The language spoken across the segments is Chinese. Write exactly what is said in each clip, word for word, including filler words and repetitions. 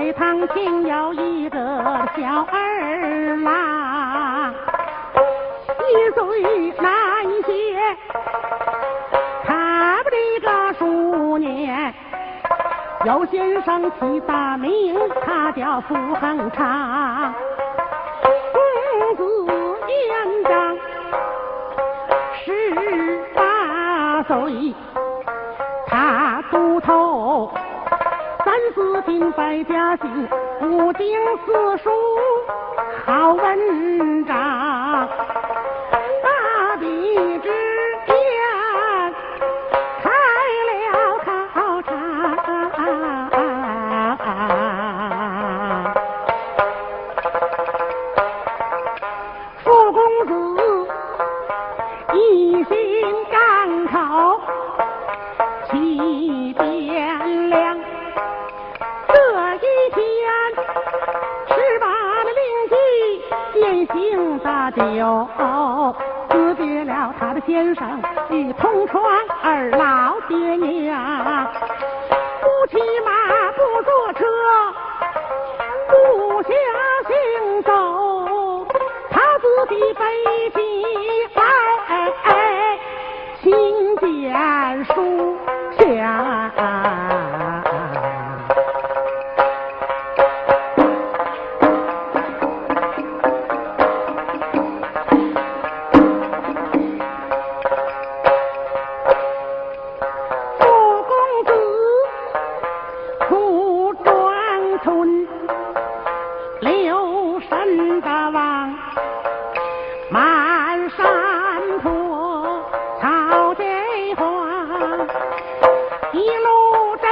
在堂前有一个小儿郎，一岁难写，看不这个数年，有先生起大名，他叫傅恒昌，公子燕章十八岁，他读透三四品百家姓，五经四书好文章，大笔之间开了考场，傅公子一心赶考起汴梁，这一天十八的灵机践行大酒，辞别了他的先生与同窗二老爹娘，不骑马不坐车不暇行走，他自己背起哎哎请见书下，傅公子出庄村，留神的望满山坡草芥花，一路真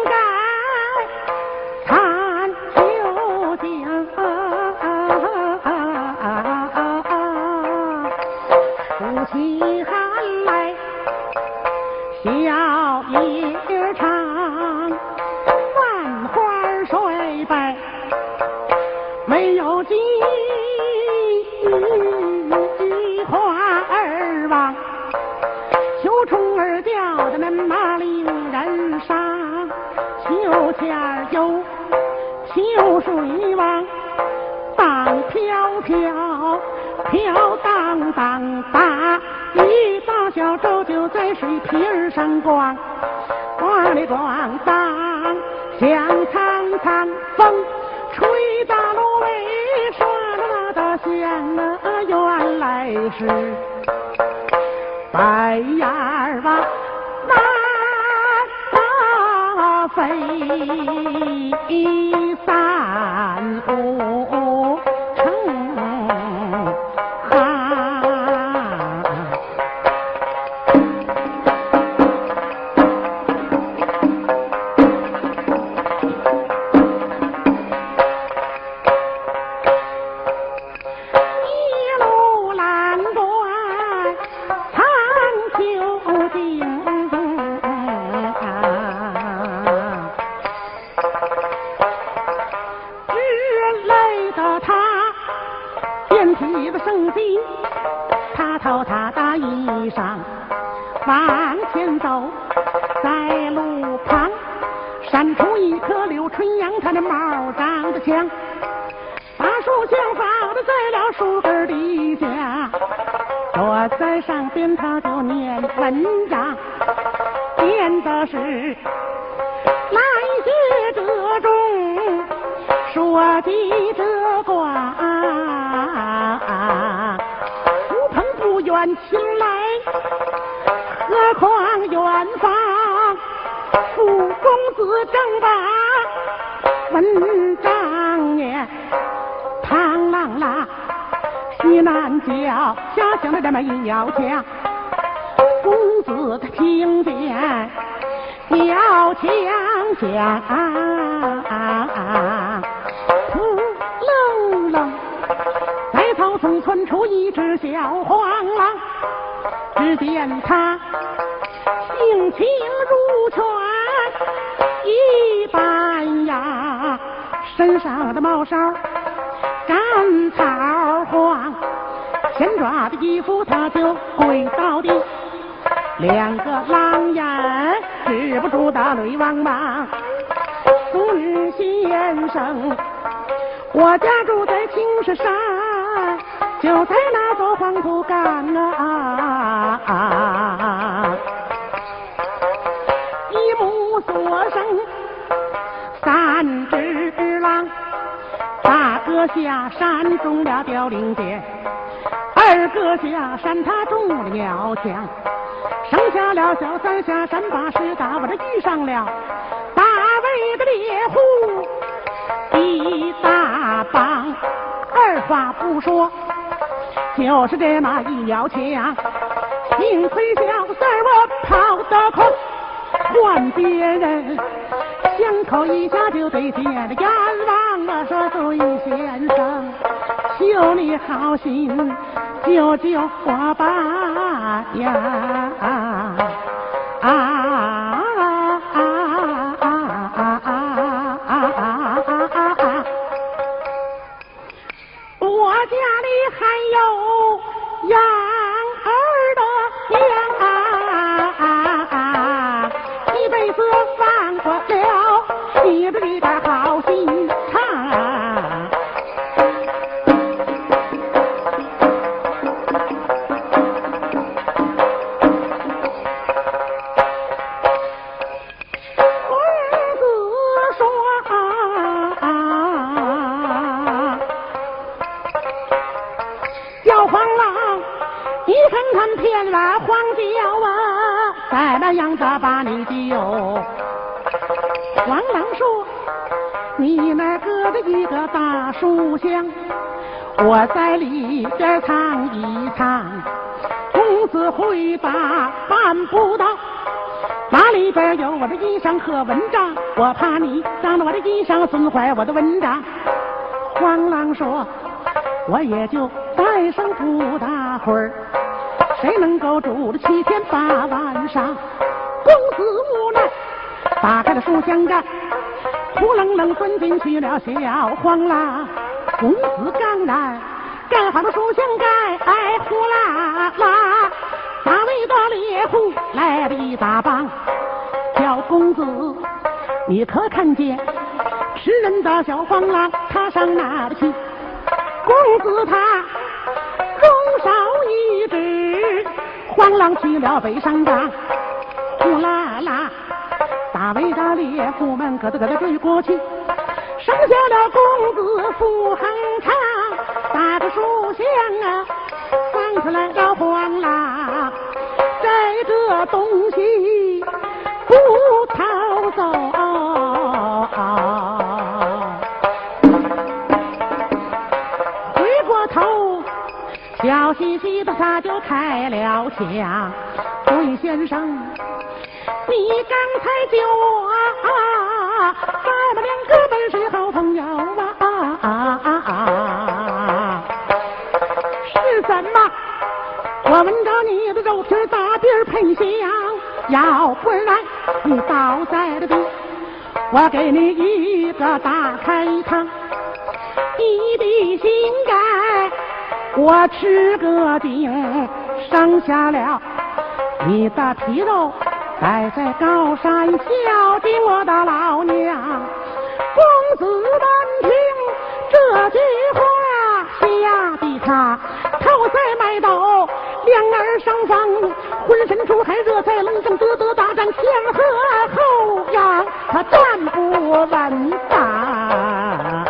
干参秋江，不起寒来笑一场，万花衰败没有金花儿王，秋虫儿叫的那马令人伤，秋千儿有秋水王，荡飘飘飘荡荡，大雨大小舟就在水皮儿上逛，咣里咣当响苍苍，风吹大芦苇唰啦的响啊，原来是白眼儿吧那飞三五成行，一路拦关苍秋江，之类的他捡起了圣经，他掏他的衣裳往前走，在路旁闪出一棵柳春杨，他的毛长得强，把树像放的在了树根底下，坐在上边他就念文章，念的是来学者中说的这话，不朋不远亲来，何况远方傅公子正把文章念，螳螂啦西南角下乡的这么一要讲，公子他听见要枪响，扑棱棱在草丛窜出一只小黄狼，只见他性情如犬一般呀，身上的毛梢干草黄，前抓的衣服他就跪到地，两个狼眼止不住的泪汪汪。孙先先生，我家住在青石山，就在那座黄土岗啊，一目所生三只狼，大哥下山中了凋零箭，二哥下山他中了鸟枪，剩下了小三下山把事打我这遇上了大卫的猎户一大帮，二话不说就是这么一鸟枪，幸亏小三我跑得快，换别人枪口一下就得见了阎王啊！说孙先生，求你好心救救我吧呀！啊啊啊啊啊啊啊！我家里还有养儿的娘啊，一辈子犯过了你的这个好心肠。骗了黄貂啊，再那样子把你救。黄狼说：“你那搁着一个大书箱，我在里边藏一藏。公子回答办不到，那里边有我的衣裳和文章，我怕你脏了我的衣裳，损坏我的文章。”黄狼说：“我也就带上不大会儿。”谁能够住了七天八晚上？公子无奈打开了书箱盖，呼冷冷钻进去了小黄狼。公子刚来盖好了书箱盖，哎呼啦啦，大卫的猎户来了一大帮。小公子，你可看见吃人的小黄狼他上哪里去？公子他容少一只黄狼去了北上岗，呼啦啦，大卫的猎户们咯噔咯噔追过去，剩下了公子傅恒昌，打个书箱啊，放出来了黄狼，这个东西不逃走。回过头笑嘻嘻的他就开了枪，孙先生，你刚才救我啊，咱们两个本是好朋友啊啊啊啊！是怎么？我闻着你的肉皮大辫喷香，要不然你倒在了地，我给你一个大开膛，一滴心肝我吃个定，剩下了你的皮肉待在高山孝敬我的老娘。公子闻听这句话，吓得他头栽麦斗，两耳上方浑身出汗，热菜冷正得得大战，前和后仰他站不稳当。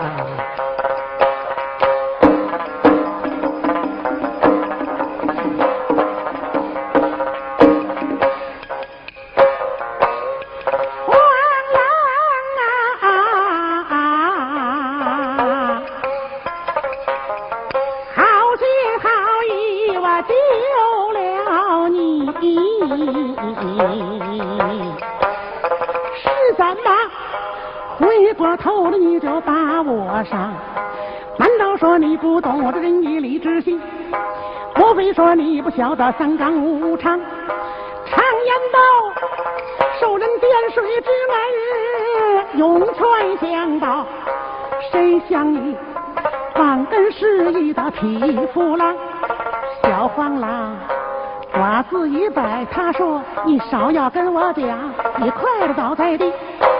是怎么回过头了你就打我上？难道说你不懂我的仁义礼智信？莫非说你不晓得三纲五常？常言道，受人点水之恩，涌泉相报。谁像你忘恩失义的匹夫郎？小黄狼爪子一摆，他说：“你少要跟我讲，你快的倒在地。”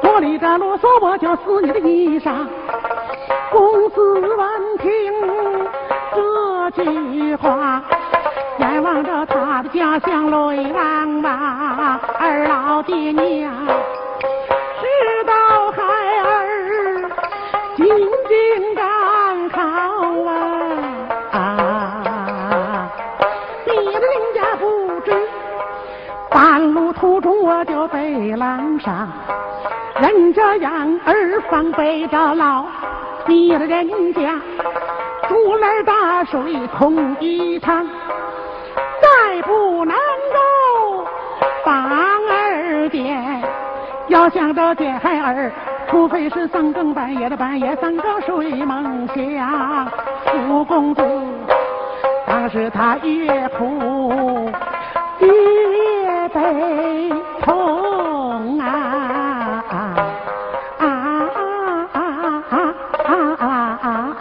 我立着啰嗦，我就撕你的衣裳。公子闻听这句话，眼望着他的家乡泪汪汪。二老爹娘知道孩儿进京赶考啊，啊别的人家不知，半路途中我就被拦上，人家养儿方背着牢，别的人家竹篮打水空一场，再不能够帮儿爹，要想着见孩儿，除非是三更半夜的半夜三更睡梦乡。五公子当时他越哭越悲痛啊啊啊啊啊啊啊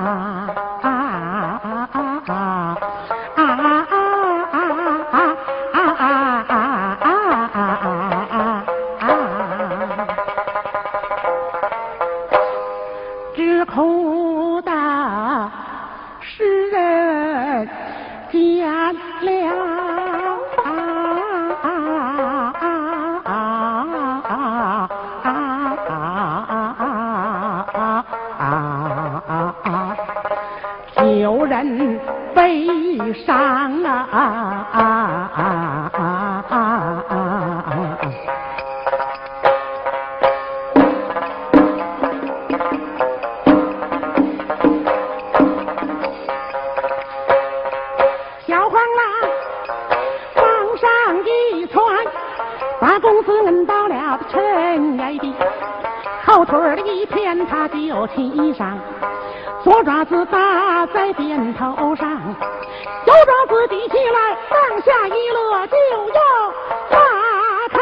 只哭的诗人见了有人悲伤啊啊啊啊啊啊啊！小黄狼往上一窜，把公子摁到了尘埃地，后腿的一片他就骑上。左爪子打在鞭头上，右爪子抵起来，上下一勒就要打开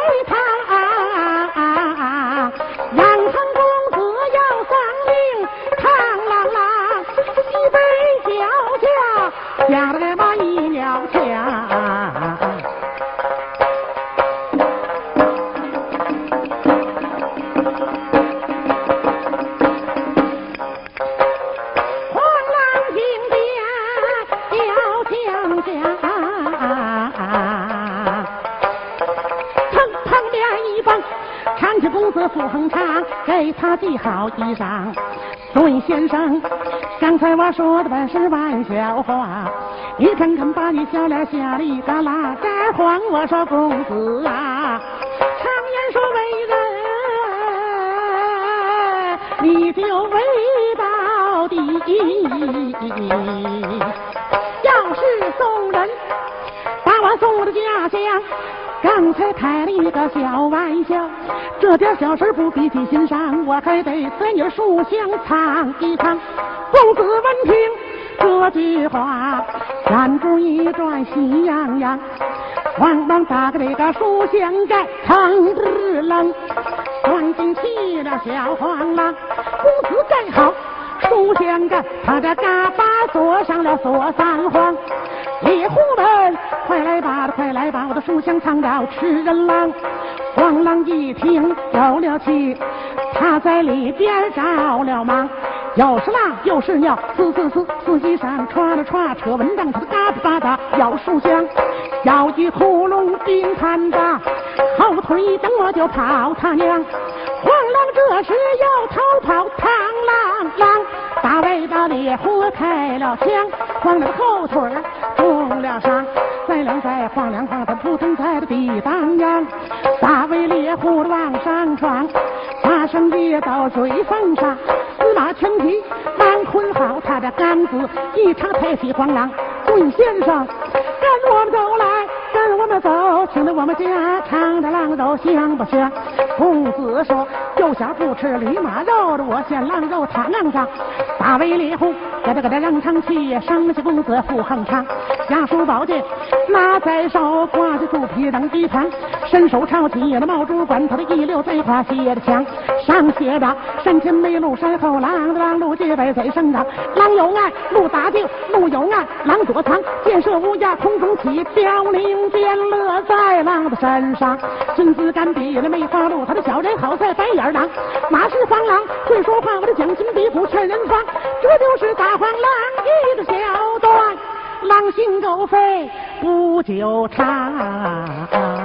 他。杨唐公子要丧命，唐郎郎西北脚下吓得马一了枪。长起公子傅恒昌给他系好衣裳。孙先生，刚才我说的本是玩笑话，你看看把你笑脸吓了一个拉这慌。我说公子啊，常言说为人你就为到底，要是送人把我送我的家乡，刚才开了一个小玩笑，这点小事不必记心上，我还得在你书香藏一藏。公子闻听这句话，眼珠一转喜洋洋，慌忙打开这个书香盖，腾日冷，钻进去了小黄狼。公子盖好书香盖，他这嘎巴锁上了锁三黄。猎户们，快来吧，快来吧，我的书香藏到吃人狼。黄狼一听有了气，他在里边着了忙，又是狼又是鸟，嘶嘶嘶，司机上歘了歘，车文档他嘎巴巴的要书香，要一窟窿冰盘大，后腿一蹬我就跑他娘。黄狼这时要逃跑，螳螂狼大卫的猎户开了枪，黄狼后腿中了伤，再两再晃两晃，他扑腾在了地当央。大卫猎户往上闯，马上也到追风上，司马全体忙捆好他的杆子，一场抬起黄狼。孙先生，跟我们走来，跟我们走，请了我们家常的狼肉香不香？公子说，幼小不吃驴马肉的，我嫌狼肉烫硬上。大卫猎户给他给他扔上去，生下公子傅恒昌，家书宝剑拿在手，挂着肚皮扔一旁，伸手抄起了毛竹管，他的一溜贼花写的枪，上写着山前没路，山后狼的狼路结尾在生长，狼有爱路打定，路有爱狼躲藏，箭射乌鸦空中起，凋零箭落在狼的身上。孙子敢比了梅花鹿，他的小人好在白眼二郎，那是黄狼会说话，我的将心比虎劝人防，这就是大黄狼一个小段，狼心狗肺不久长。